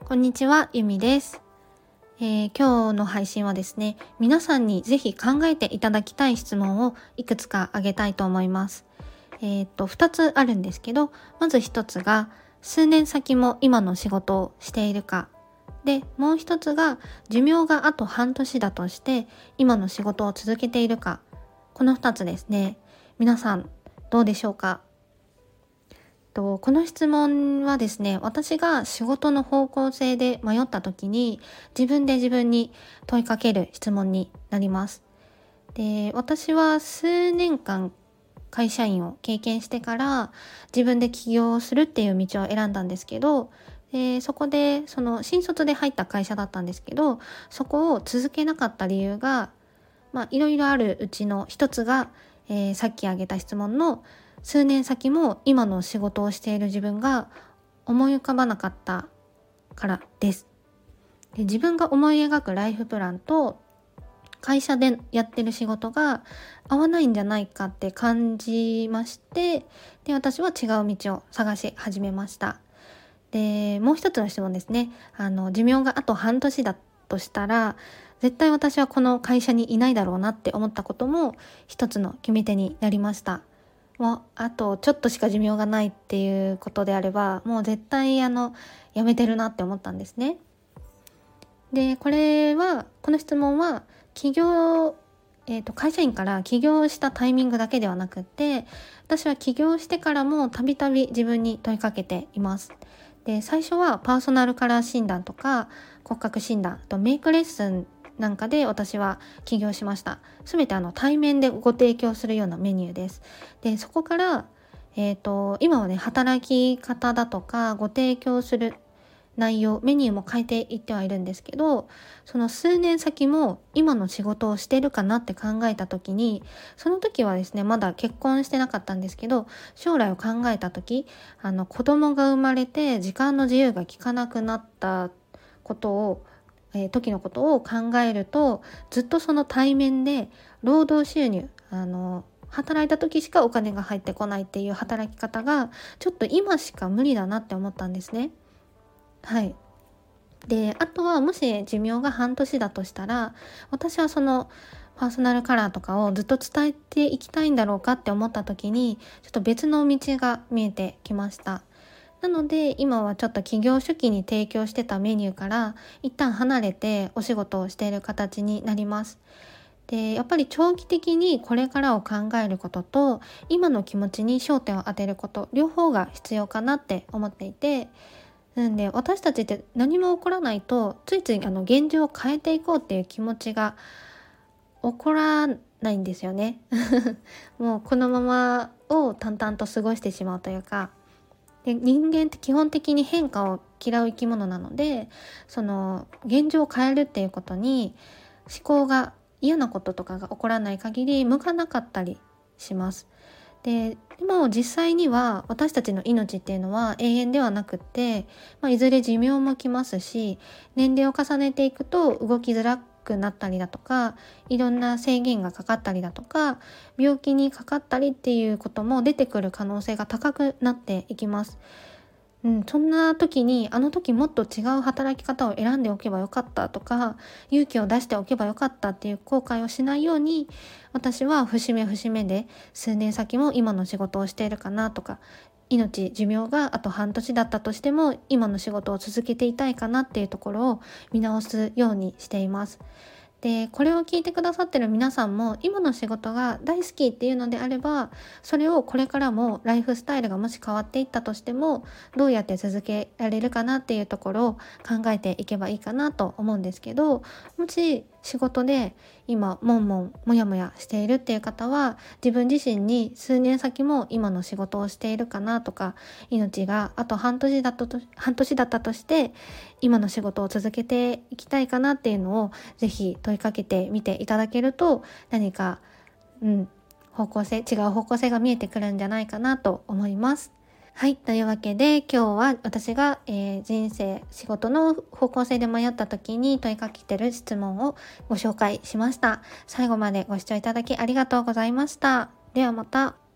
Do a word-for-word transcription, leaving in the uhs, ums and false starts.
こんにちは、ゆみです、えー、今日の配信はですね、皆さんにぜひ考えていただきたい質問をいくつか挙げたいと思います。えー、っとふたつあるんですけど、まずひとつが数年先も今の仕事をしているかで、もうひとつが寿命があと半年だとして今の仕事を続けているか。このふたつですね。皆さんどうでしょうか。とこの質問はですね、私が仕事の方向性で迷った時に自分で自分に問いかける質問になります。で、私は数年間会社員を経験してから自分で起業するっていう道を選んだんですけど、でそこでその新卒で入った会社だったんですけど、そこを続けなかった理由がまあいろいろあるうちの一つが、えー、さっき挙げた質問の数年先も今の仕事をしている自分が思い浮かばなかったからです。で、自分が思い描くライフプランと会社でやってる仕事が合わないんじゃないかって感じまして、で、私は違う道を探し始めました。で、もう一つの質問ですね。あの、寿命があと半年だとしたら、絶対私はこの会社にいないだろうなって思ったことも一つの決め手になりました。もうあとちょっとしか寿命がないっていうことであれば、もう絶対あのやめてるなって思ったんですね。で、これはこの質問は起業、えーと、会社員から起業したタイミングだけではなくって、私は起業してからもたびたび自分に問いかけています。で、最初はパーソナルカラー診断とか骨格診断、あとメイクレッスンなんかで私は起業しました。すべてあの対面でご提供するようなメニューです。で、そこから、えーと、今はね、働き方だとかご提供する内容、メニューも変えていってはいるんですけど、その数年先も今の仕事をしてるかなって考えた時に、その時はですね、まだ結婚してなかったんですけど、将来を考えた時、あの子供が生まれて時間の自由が利かなくなったことをえー、時のことを考えると、ずっとその対面で労働収入、あの働いた時しかお金が入ってこないっていう働き方がちょっと今しか無理だなって思ったんですね。はい。で、あとはもし寿命が半年だとしたら、私はそのパーソナルカラーとかをずっと伝えていきたいんだろうかって思った時に、ちょっと別の道が見えてきました。なので今はちょっと企業初期に提供してたメニューから一旦離れてお仕事をしている形になります。で、やっぱり長期的にこれからを考えることと今の気持ちに焦点を当てること、両方が必要かなって思っていて、なんで私たちって何も起こらないとついついあの現状を変えていこうっていう気持ちが起こらないんですよね。もうこのままを淡々と過ごしてしまうというか、で、人間って基本的に変化を嫌う生き物なので、その現状を変えるっていうことに思考が嫌なこととかが起こらない限り向かなかったりします。で、でも実際には私たちの命っていうのは永遠ではなくって、まあ、いずれ寿命も来ますし、年齢を重ねていくと動きづらくなったりだとか、いろんな制限がかかったりだとか、病気にかかったりっていうことも出てくる可能性が高くなっていきます。うん、そんな時にあの時もっと違う働き方を選んでおけばよかったとか、勇気を出しておけばよかったっていう後悔をしないように、私は節目節目で数年先も今の仕事をしているかなとか、命寿命があと半年だったとしても今の仕事を続けていたいかなっていうところを見直すようにしています。で、これを聞いてくださってる皆さんも今の仕事が大好きっていうのであれば、それをこれからもライフスタイルがもし変わっていったとしてもどうやって続けられるかなっていうところを考えていけばいいかなと思うんですけど、もし仕事で今もんもんもやもやしているっていう方は、自分自身に数年先も今の仕事をしているかなとか、命があと半年だったと半年だったとして今の仕事を続けていきたいかなっていうのをぜひ問いかけてみていただけると、何か、うん、方向性違う方向性が見えてくるんじゃないかなと思います。はい。というわけで今日は私が、えー、人生仕事の方向性で迷った時に問いかけてる質問をご紹介しました。最後までご視聴いただきありがとうございました。ではまた。